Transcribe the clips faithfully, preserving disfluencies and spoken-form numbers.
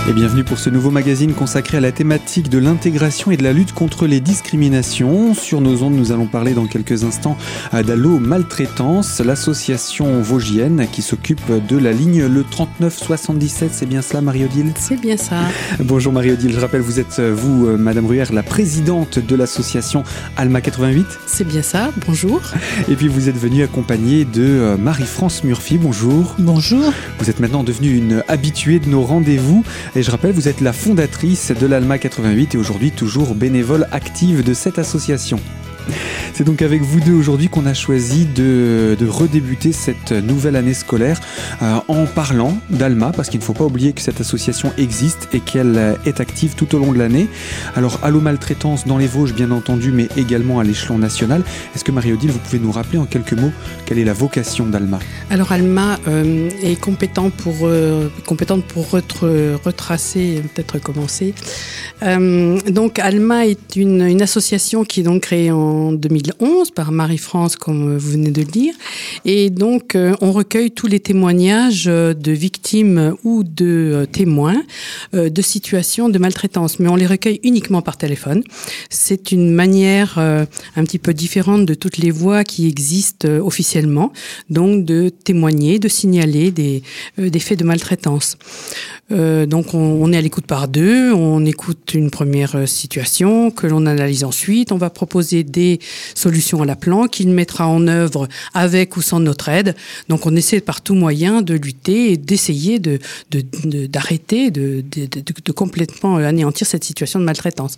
Et bienvenue pour ce nouveau magazine consacré à la thématique de l'intégration et de la lutte contre les discriminations. Sur nos ondes, nous allons parler dans quelques instants d'Allo Maltraitance, l'association vosgienne qui s'occupe de la ligne le trente-neuf soixante-dix-sept. C'est bien cela, Marie-Odile ? C'est bien ça. Bonjour Marie-Odile, je rappelle, vous êtes, vous, Madame Ruher, la présidente de l'association Alma quatre-vingt-huit. C'est bien ça, bonjour. Et puis vous êtes venue accompagnée de Marie-France Murphy. Bonjour. Bonjour. Vous êtes maintenant devenue une habituée de nos rendez-vous. Et je rappelle, vous êtes la fondatrice de l'Alma quatre-vingt-huit et aujourd'hui toujours bénévole active de cette association. C'est donc avec vous deux aujourd'hui qu'on a choisi de, de redébuter cette nouvelle année scolaire euh, en parlant d'Alma, parce qu'il ne faut pas oublier que cette association existe et qu'elle est active tout au long de l'année. Alors, Allo Maltraitance dans les Vosges, bien entendu, mais également à l'échelon national. Est-ce que Marie-Odile, vous pouvez nous rappeler en quelques mots quelle est la vocation d'Alma ? Alors, Alma euh, est compétent pour, euh, compétente pour retra- retracer, peut-être commencer. Euh, donc, Alma est une, une association qui est donc créée en deux mille onze par Marie-France, comme vous venez de le dire. Et donc, euh, on recueille tous les témoignages de victimes ou de euh, témoins euh, de situations de maltraitance. Mais on les recueille uniquement par téléphone. C'est une manière euh, un petit peu différente de toutes les voies qui existent euh, officiellement. Donc, de témoigner, de signaler des, euh, des faits de maltraitance. Euh, donc, on, on est à l'écoute par deux. On écoute une première situation que l'on analyse ensuite. On va proposer des solutions à la plan qu'il mettra en œuvre avec ou sans notre aide. Donc on essaie par tout moyen de lutter et d'essayer de, de, de, d'arrêter, de, de, de, de complètement anéantir cette situation de maltraitance.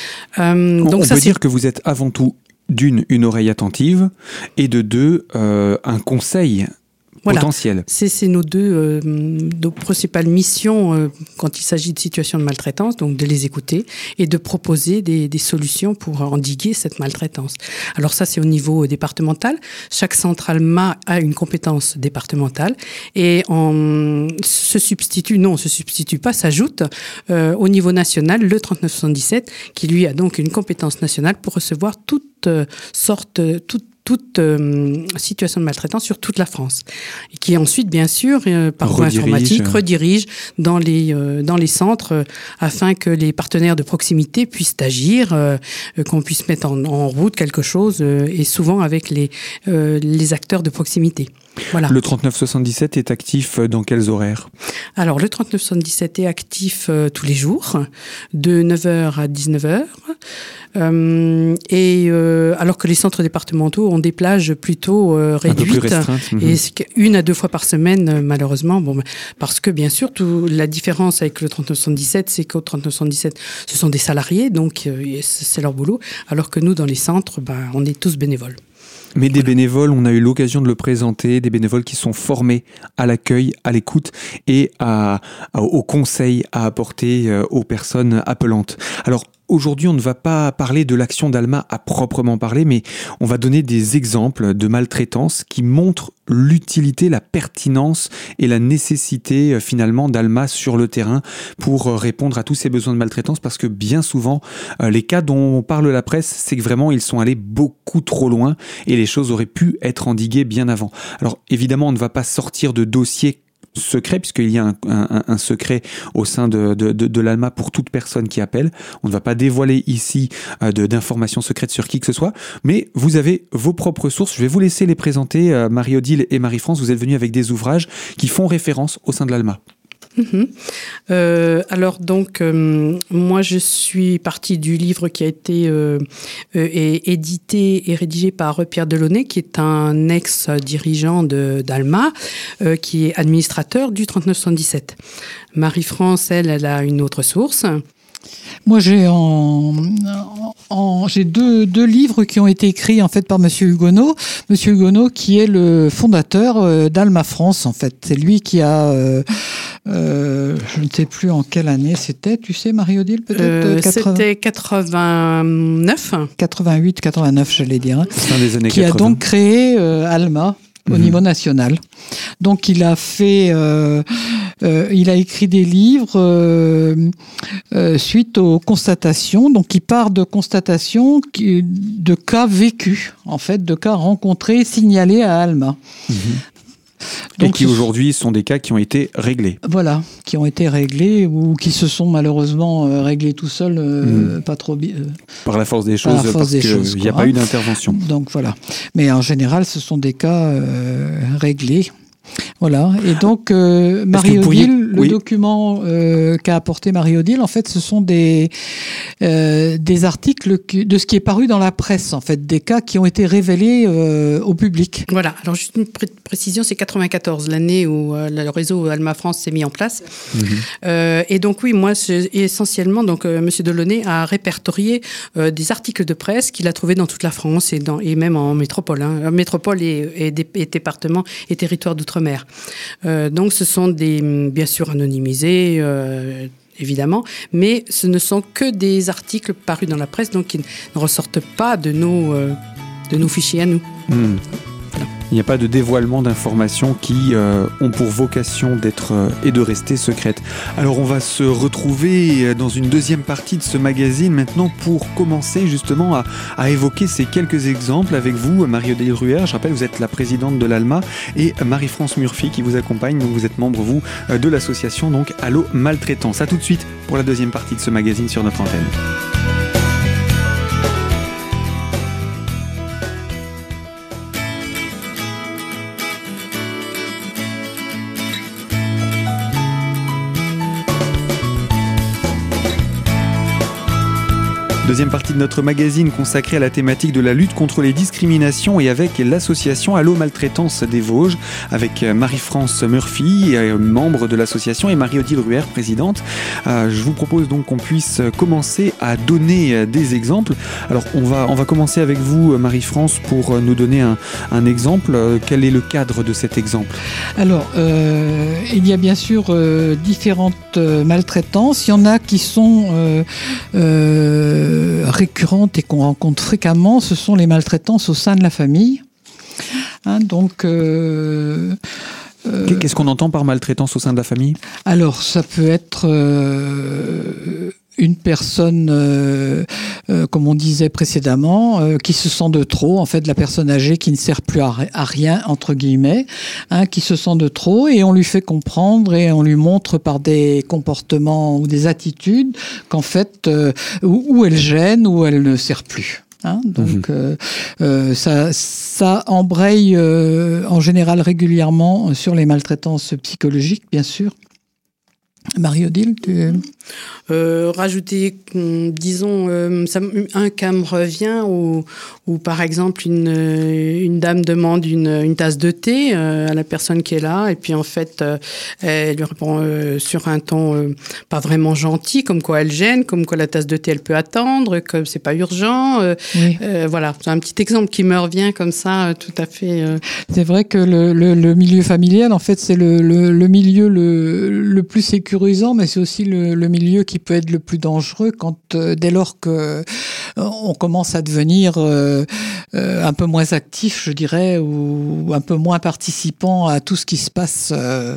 Euh, on donc on ça, peut c'est... dire que vous êtes avant tout, d'une, une oreille attentive et de deux, euh, un conseil Voilà. potentiel. C'est, c'est nos deux euh, nos principales missions euh, quand il s'agit de situations de maltraitance, donc de les écouter et de proposer des, des solutions pour endiguer cette maltraitance. Alors ça, c'est au niveau départemental. Chaque centre Alma a une compétence départementale et on se substitue, non, on se substitue pas, s'ajoute euh, au niveau national le trente-neuf soixante-dix-sept qui lui a donc une compétence nationale pour recevoir toutes euh, sortes, toutes toute euh, situation de maltraitance sur toute la France, et qui ensuite, bien sûr, euh, par voie informatique, redirige dans les euh, dans les centres euh, afin que les partenaires de proximité puissent agir, euh, qu'on puisse mettre en, en route quelque chose, euh, et souvent avec les euh, les acteurs de proximité. Voilà. Le trente-neuf soixante-dix-sept est actif dans quels horaires ? Alors, le trente-neuf soixante-dix-sept est actif euh, tous les jours, de neuf heures à dix-neuf heures. Euh, et euh, alors que les centres départementaux ont des plages plutôt euh, réduites, un peu plus restreintes, et une à deux fois par semaine, malheureusement, bon, parce que bien sûr, tout, la différence avec le trente-neuf soixante-dix-sept, c'est qu'au trente-neuf soixante-dix-sept, ce sont des salariés, donc euh, c'est leur boulot, alors que nous, dans les centres, ben, on est tous bénévoles. Mais des bénévoles, on a eu l'occasion de le présenter, des bénévoles qui sont formés à l'accueil, à l'écoute et à, à, au conseil à apporter aux personnes appelantes. Alors, aujourd'hui, on ne va pas parler de l'action d'Alma à proprement parler, mais on va donner des exemples de maltraitance qui montrent l'utilité, la pertinence et la nécessité finalement d'Alma sur le terrain pour répondre à tous ces besoins de maltraitance, parce que bien souvent, les cas dont parle la presse, c'est que vraiment ils sont allés beaucoup trop loin et les choses auraient pu être endiguées bien avant. Alors évidemment, on ne va pas sortir de dossier secret, puisqu'il y a un, un, un secret au sein de, de, de, de l'Alma pour toute personne qui appelle. On ne va pas dévoiler ici euh, de, d'informations secrètes sur qui que ce soit, mais vous avez vos propres sources. Je vais vous laisser les présenter, euh, Marie-Odile et Marie-France. Vous êtes venus avec des ouvrages qui font référence au sein de l'Alma. Mmh. Euh, alors donc euh, moi je suis partie du livre qui a été euh, euh, édité et rédigé par Pierre Delaunay, qui est un ex-dirigeant de, d'Alma, euh, qui est administrateur du trente-neuf soixante-dix-sept. Marie-France, elle, elle a une autre source. Moi, j'ai en, en j'ai deux, deux livres qui ont été écrits en fait par Monsieur Hugonneau. Monsieur Hugonneau, qui est le fondateur d'Alma France, en fait. C'est lui qui a, euh, euh, je ne sais plus en quelle année c'était. Tu sais, Marie-Odile, peut-être euh, quatre-vingts... C'était quatre-vingt-neuf. quatre-vingt-huit, quatre-vingt-neuf, j'allais dire. Hein, fin des années qui quatre-vingts. A donc créé euh, Alma. Au mmh. niveau national. Donc il a fait, euh, euh, il a écrit des livres euh, euh, suite aux constatations. Donc il part de constatations qui, de cas vécus, en fait, de cas rencontrés, signalés à Alma. Mmh. Donc, et qui aujourd'hui sont des cas qui ont été réglés. Voilà, qui ont été réglés ou qui se sont malheureusement euh, réglés tout seuls, euh, mmh. pas trop bien. Euh, par la force des choses, force parce qu'il n'y a pas eu d'intervention. Donc voilà. Mais en général, ce sont des cas euh, réglés. Voilà, et donc euh, Marie-Odile, pourriez... le oui. document euh, qu'a apporté Marie-Odile, en fait, ce sont des, euh, des articles qui, de ce qui est paru dans la presse, en fait, des cas qui ont été révélés euh, au public. Voilà, alors juste une pré- précision, c'est quatre-vingt-quatorze, l'année où euh, le réseau Alma France s'est mis en place. Mmh. Euh, et donc oui, moi, c'est, essentiellement, donc euh, Monsieur Delaunay a répertorié euh, des articles de presse qu'il a trouvés dans toute la France et, dans, et même en métropole, hein, métropole et, et, des, et départements et territoires d'outre-mer. Euh, donc ce sont des, bien sûr anonymisés, euh, évidemment, mais ce ne sont que des articles parus dans la presse, donc qui ne ressortent pas de nos, euh, de nos fichiers à nous. Mmh. Voilà. Il n'y a pas de dévoilement d'informations qui euh, ont pour vocation d'être euh, et de rester secrètes. Alors on va se retrouver dans une deuxième partie de ce magazine maintenant pour commencer justement à, à évoquer ces quelques exemples avec vous, Marie-Odile Ruher. Je rappelle, vous êtes la présidente de l'Alma et Marie-France Murphy qui vous accompagne. Donc vous êtes membre, vous, de l'association donc Allo Maltraitance. À tout de suite pour la deuxième partie de ce magazine sur notre antenne. Deuxième partie de notre magazine consacrée à la thématique de la lutte contre les discriminations et avec l'association Allo Maltraitance des Vosges, avec Marie-France Murphy, membre de l'association, et Marie-Odile Ruher, présidente. Euh, je vous propose donc qu'on puisse commencer à donner des exemples. Alors on va, on va commencer avec vous, Marie-France, pour nous donner un, un exemple. Quel est le cadre de cet exemple ? Alors, euh, il y a bien sûr euh, différentes euh, maltraitances. Il y en a qui sont... Euh, euh, récurrentes et qu'on rencontre fréquemment, ce sont les maltraitances au sein de la famille. Hein, donc, euh, euh, qu'est-ce qu'on entend par maltraitance au sein de la famille ? Alors, ça peut être euh, une personne, euh, euh, comme on disait précédemment, euh, qui se sent de trop, en fait, la personne âgée qui ne sert plus à, à rien, entre guillemets, hein, qui se sent de trop, et on lui fait comprendre et on lui montre par des comportements ou des attitudes qu'en fait, euh, où, où elle gêne, où elle ne sert plus. Hein, donc mmh. euh, euh, ça, ça embraye euh, en général régulièrement sur les maltraitances psychologiques, bien sûr. Marie-Odile, tu... Euh, rajouter, disons, euh, ça, un cas me revient où, où par exemple une, une dame demande une, une tasse de thé euh, à la personne qui est là, et puis en fait euh, elle lui répond euh, sur un ton euh, pas vraiment gentil, comme quoi elle gêne, comme quoi la tasse de thé elle peut attendre, que c'est pas urgent. Euh, oui. euh, voilà, c'est un petit exemple qui me revient comme ça, euh, tout à fait. Euh... C'est vrai que le, le, le milieu familial, en fait, c'est le, le, le milieu le, le plus sécurisant, mais c'est aussi le, le milieu qui peut être le plus dangereux quand euh, dès lors que euh, on commence à devenir euh, euh, un peu moins actif, je dirais, ou, ou un peu moins participant à tout ce qui se passe. Euh,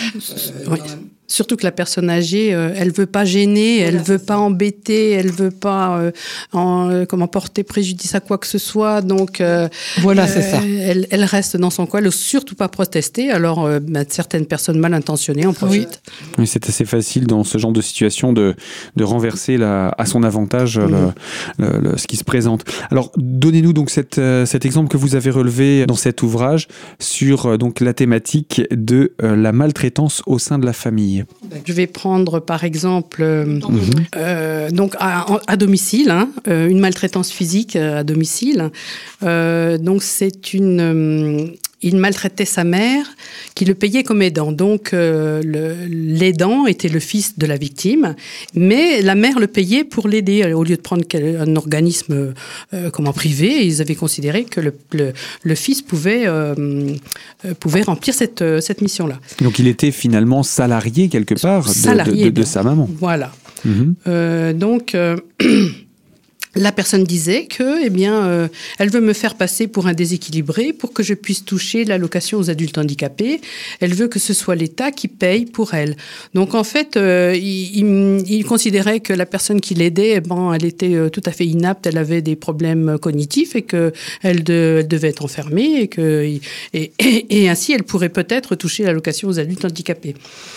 oui. Surtout que la personne âgée, euh, elle veut pas gêner, voilà, elle veut pas ça. embêter, elle veut pas euh, en, euh, comment porter préjudice à quoi que ce soit. Donc euh, voilà, c'est euh, ça. Elle, elle reste dans son coin, elle n'ose surtout pas protester. Alors euh, bah, certaines personnes mal intentionnées en profitent. Oui. Oui, c'est assez facile dans ce genre de situation de de renverser la, à son avantage mmh. le, le, le, ce qui se présente. Alors donnez-nous donc cette, euh, cet exemple que vous avez relevé dans cet ouvrage sur euh, donc la thématique de euh, la maltraitance au sein de la famille. Je vais prendre par exemple euh, euh, donc à, à domicile, hein, euh, une maltraitance physique à domicile. Euh, donc c'est une euh, il maltraitait sa mère qui le payait comme aidant. Donc euh, le, l'aidant était le fils de la victime, mais la mère le payait pour l'aider. Au lieu de prendre un organisme euh, comment privé, ils avaient considéré que le, le, le fils pouvait, euh, pouvait remplir cette, cette mission-là. Donc il était finalement salarié quelque part de, salarié de, de, de, de sa maman. Voilà. Mmh. Euh, donc... Euh, la personne disait que, eh bien, euh, elle veut me faire passer pour un déséquilibré pour que je puisse toucher l'allocation aux adultes handicapés. Elle veut que ce soit l'État qui paye pour elle. Donc, en fait, euh, il, il, il considérait que la personne qui l'aidait, eh ben, elle était euh, tout à fait inapte, elle avait des problèmes cognitifs et que elle, de, elle devait être enfermée et que, et, et, et ainsi, elle pourrait peut-être toucher l'allocation aux adultes handicapés.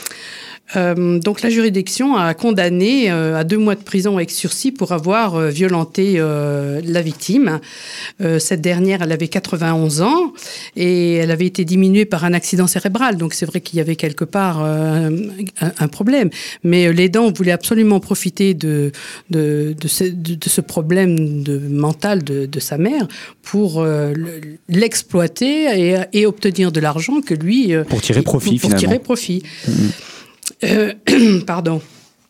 Euh, donc la juridiction a condamné euh, à deux mois de prison avec sursis pour avoir euh, violenté euh, la victime. Euh, cette dernière, elle avait quatre-vingt-onze ans et elle avait été diminuée par un accident cérébral. Donc c'est vrai qu'il y avait quelque part euh, un, un problème. Mais l'aidant voulait absolument profiter de, de, de, ce, de, de ce problème de, mental de, de sa mère pour euh, l'exploiter et, et obtenir de l'argent que lui... Euh, pour tirer profit, pour, pour finalement. tirer profit. Mmh. Euh, pardon.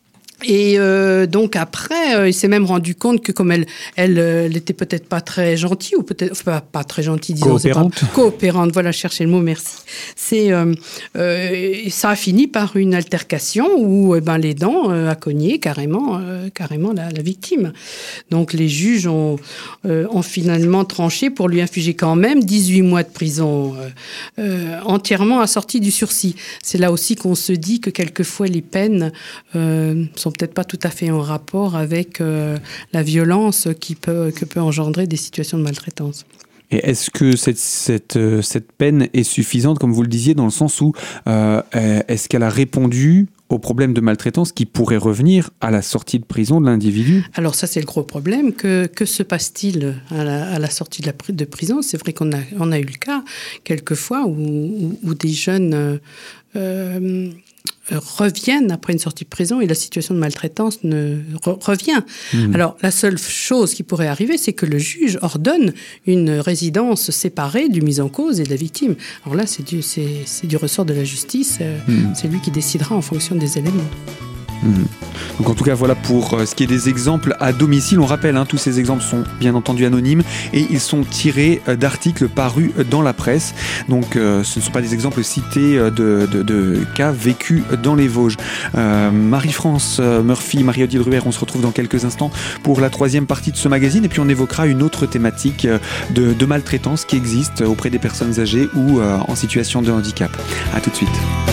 Et euh, donc après, euh, il s'est même rendu compte que comme elle, elle, euh, elle était peut-être pas très gentille ou peut-être enfin, pas, pas très gentille, disons, coopérante. C'est pas, coopérante. Voilà, chercher le mot. Merci. C'est euh, euh, ça a fini par une altercation où eh ben l'aidant euh, a cogné carrément, euh, carrément la, la victime. Donc les juges ont, euh, ont finalement tranché pour lui infliger quand même dix-huit mois de prison euh, euh, entièrement assortis du sursis. C'est là aussi qu'on se dit que quelquefois les peines euh, sont peut-être pas tout à fait en rapport avec euh, la violence qui peut, que peut engendrer des situations de maltraitance. Et est-ce que cette, cette, cette peine est suffisante, comme vous le disiez, dans le sens où euh, est-ce qu'elle a répondu au problème de maltraitance qui pourrait revenir à la sortie de prison de l'individu? Alors ça, c'est le gros problème. Que, que se passe-t-il à la, à la sortie de, la, de prison? C'est vrai qu'on a, on a eu le cas, quelquefois, où, où, où des jeunes... Euh, euh, reviennent après une sortie de prison et la situation de maltraitance ne re- revient. Mmh. Alors, la seule chose qui pourrait arriver, c'est que le juge ordonne une résidence séparée du mis en cause et de la victime. Alors là, c'est du, c'est, c'est du ressort de la justice. Mmh. C'est lui qui décidera en fonction des éléments. Mmh. Donc en tout cas voilà pour euh, ce qui est des exemples à domicile. On rappelle, hein, tous ces exemples sont bien entendu anonymes et ils sont tirés euh, d'articles parus dans la presse. Donc euh, ce ne sont pas des exemples cités euh, de, de, de cas vécus dans les Vosges. Euh, Marie-France euh, Murphy, Marie-Odile Ruher, on se retrouve dans quelques instants pour la troisième partie de ce magazine et puis on évoquera une autre thématique euh, de, de maltraitance qui existe auprès des personnes âgées ou euh, en situation de handicap. À tout de suite.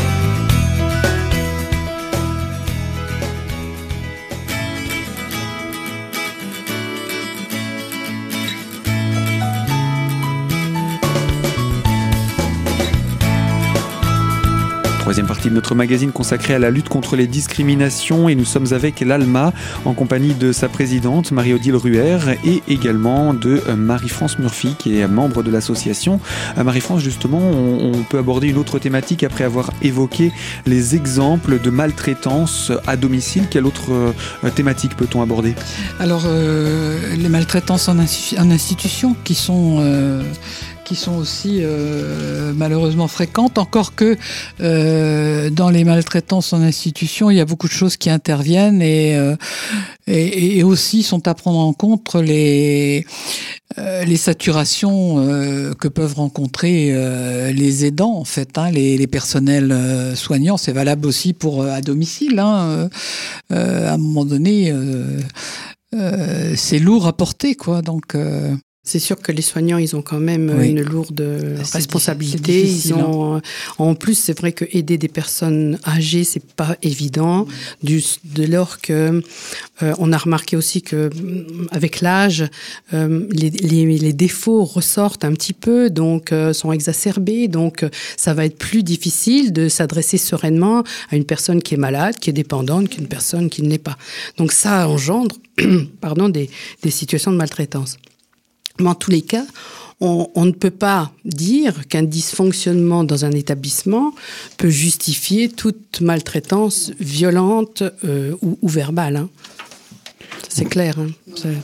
Troisième partie de notre magazine consacrée à la lutte contre les discriminations et nous sommes avec l'ALMA en compagnie de sa présidente Marie-Odile Ruher et également de Marie-France Murphy qui est membre de l'association. Marie-France, justement, on, on peut aborder une autre thématique après avoir évoqué les exemples de maltraitance à domicile. Quelle autre euh, thématique peut-on aborder? Alors, euh, les maltraitances en, insti- en institution qui sont... Euh qui sont aussi euh, malheureusement fréquentes, encore que euh, dans les maltraitances en institution, il y a beaucoup de choses qui interviennent et, euh, et, et aussi sont à prendre en compte les, euh, les saturations euh, que peuvent rencontrer euh, les aidants, en fait, hein, les, les personnels euh, soignants. C'est valable aussi pour euh, à domicile. Hein, euh, à un moment donné, euh, euh, c'est lourd à porter, quoi. Donc... Euh C'est sûr que les soignants, ils ont quand même oui. une lourde c'est responsabilité. Ils ont, hein. En plus, c'est vrai que aider des personnes âgées, c'est pas évident. Du, de lors que euh, on a remarqué aussi que avec l'âge, euh, les, les, les défauts ressortent un petit peu, donc euh, sont exacerbés. Donc, ça va être plus difficile de s'adresser sereinement à une personne qui est malade, qui est dépendante, qu'une personne qui ne l'est pas. Donc, ça engendre, pardon, des, des situations de maltraitance. Mais en tous les cas, on, on ne peut pas dire qu'un dysfonctionnement dans un établissement peut justifier toute maltraitance violente euh, ou, ou verbale. Hein. C'est clair. Hein. C'est...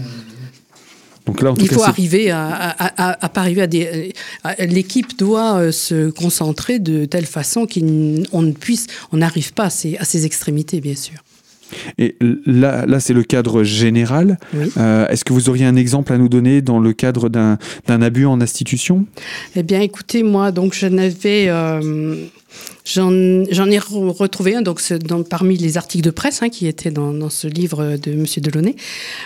Donc là, en tout Il cas, faut c'est... arriver à, à, à, à pas arriver à des. À, l'équipe doit euh, se concentrer de telle façon qu'on ne puisse, on n'arrive pas à ces, à ces extrémités, bien sûr. Et là, là c'est le cadre général. Oui. Euh, est-ce que vous auriez un exemple à nous donner dans le cadre d'un, d'un abus en institution ? Eh bien, écoutez, moi, donc, je n'avais... Euh, j'en, j'en ai re- retrouvé un, donc, c'est dans, parmi les articles de presse hein, qui étaient dans, dans ce livre de M. Delaunay.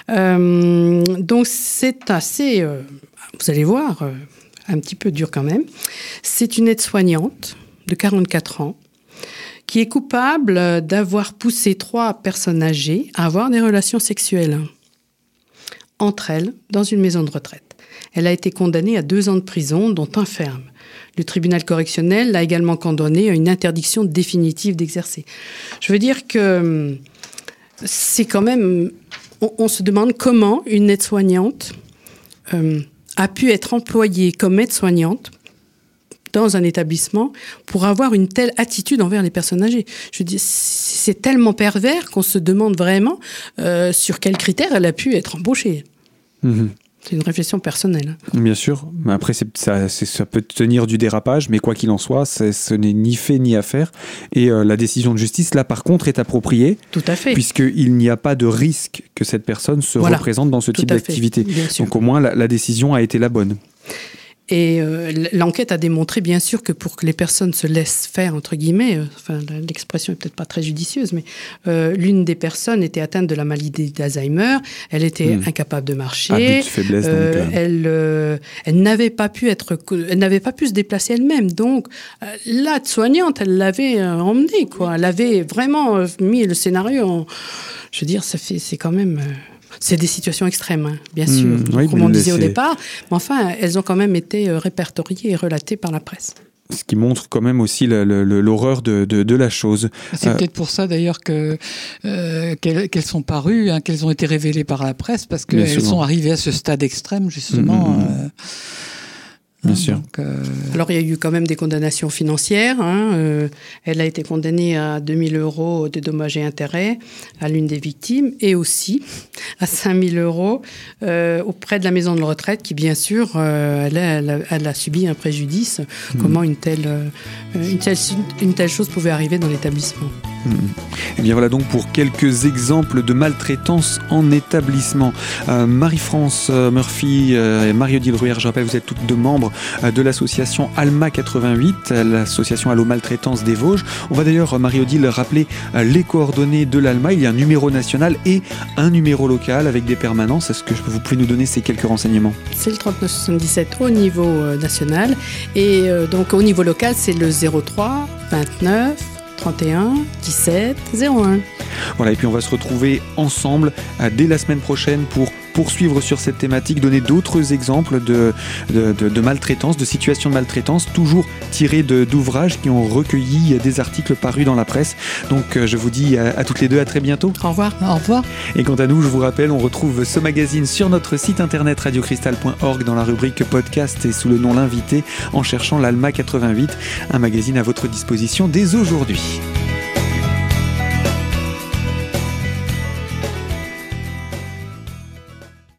Euh, donc, c'est assez... Euh, vous allez voir, euh, un petit peu dur quand même. C'est une aide-soignante de quarante-quatre ans qui est coupable d'avoir poussé trois personnes âgées à avoir des relations sexuelles entre elles dans une maison de retraite. Elle a été condamnée à deux ans de prison, dont un ferme. Le tribunal correctionnel l'a également condamnée à une interdiction définitive d'exercer. Je veux dire que c'est quand même... On, on se demande comment une aide-soignante euh, a pu être employée comme aide-soignante dans un établissement pour avoir une telle attitude envers les personnes âgées. Je dis, c'est tellement pervers qu'on se demande vraiment euh, sur quels critères elle a pu être embauchée. Mmh. C'est une réflexion personnelle. Bien sûr, mais après c'est, ça, c'est, ça peut tenir du dérapage, mais quoi qu'il en soit, c'est, ce n'est ni fait ni à faire. Et euh, la décision de justice, là par contre, est appropriée. Tout à fait. Puisqu'il n'y a pas de risque que cette personne se voilà. représente dans ce Tout type d'activité. Donc au moins, la, la décision a été la bonne. Et euh, l'enquête a démontré, bien sûr, que pour que les personnes se laissent faire, entre guillemets, euh, enfin, l'expression est peut-être pas très judicieuse, mais euh, l'une des personnes était atteinte de la maladie d'Alzheimer, elle était mmh. incapable de marcher, Abus de faiblesse, euh, donc, elle, euh, elle n'avait pas pu être, elle n'avait pas pu se déplacer elle-même, donc euh, l'aide-soignante, elle l'avait euh, emmenée, quoi, elle avait vraiment euh, mis le scénario en, je veux dire, ça fait, c'est quand même. Euh, C'est des situations extrêmes, hein, bien sûr, mmh, oui, comme on disait au départ. Mais enfin, elles ont quand même été répertoriées et relatées par la presse. Ce qui montre quand même aussi le, le, l'horreur de, de, de la chose. C'est euh... peut-être pour ça d'ailleurs que, euh, qu'elles, qu'elles sont parues, hein, qu'elles ont été révélées par la presse, parce qu'elles sont arrivées à ce stade extrême, justement. Mmh, mmh. Euh... Bien sûr. Donc, euh... Alors, il y a eu quand même des condamnations financières. Hein. Euh, elle a été condamnée à deux mille euros de dommages et intérêts à l'une des victimes et aussi à cinq mille euros euh, auprès de la maison de retraite qui, bien sûr, euh, elle, a, elle, a, elle a subi un préjudice. Mmh. Comment une telle, euh, une, telle, une telle chose pouvait arriver dans l'établissement. Mmh. Et bien voilà donc pour quelques exemples de maltraitance en établissement. Euh, Marie-France Murphy euh, et Marie-Odile Ruher, je rappelle, vous êtes toutes deux membres euh, de l'association ALMA quatre-vingt-huit, l'association Allo Maltraitance des Vosges. On va d'ailleurs, Marie-Odile, rappeler euh, les coordonnées de l'ALMA. Il y a un numéro national et un numéro local avec des permanences. Est-ce que vous pouvez nous donner ces quelques renseignements ? C'est le trente-neuf soixante-dix-sept au niveau euh, national et euh, donc au niveau local, c'est le zéro trois vingt-neuf trente et un dix-sept zéro un. Voilà, et puis on va se retrouver ensemble euh, dès la semaine prochaine pour poursuivre sur cette thématique, donner d'autres exemples de, de, de, de maltraitance, de situations de maltraitance, toujours tirés de, d'ouvrages qui ont recueilli des articles parus dans la presse. Donc euh, je vous dis à, à toutes les deux, à très bientôt. Au revoir. Au revoir. Et quant à nous, je vous rappelle, on retrouve ce magazine sur notre site internet radio cristal point org dans la rubrique podcast et sous le nom L'invité en cherchant l'ALMA quatre-vingt-huit, un magazine à votre disposition dès aujourd'hui.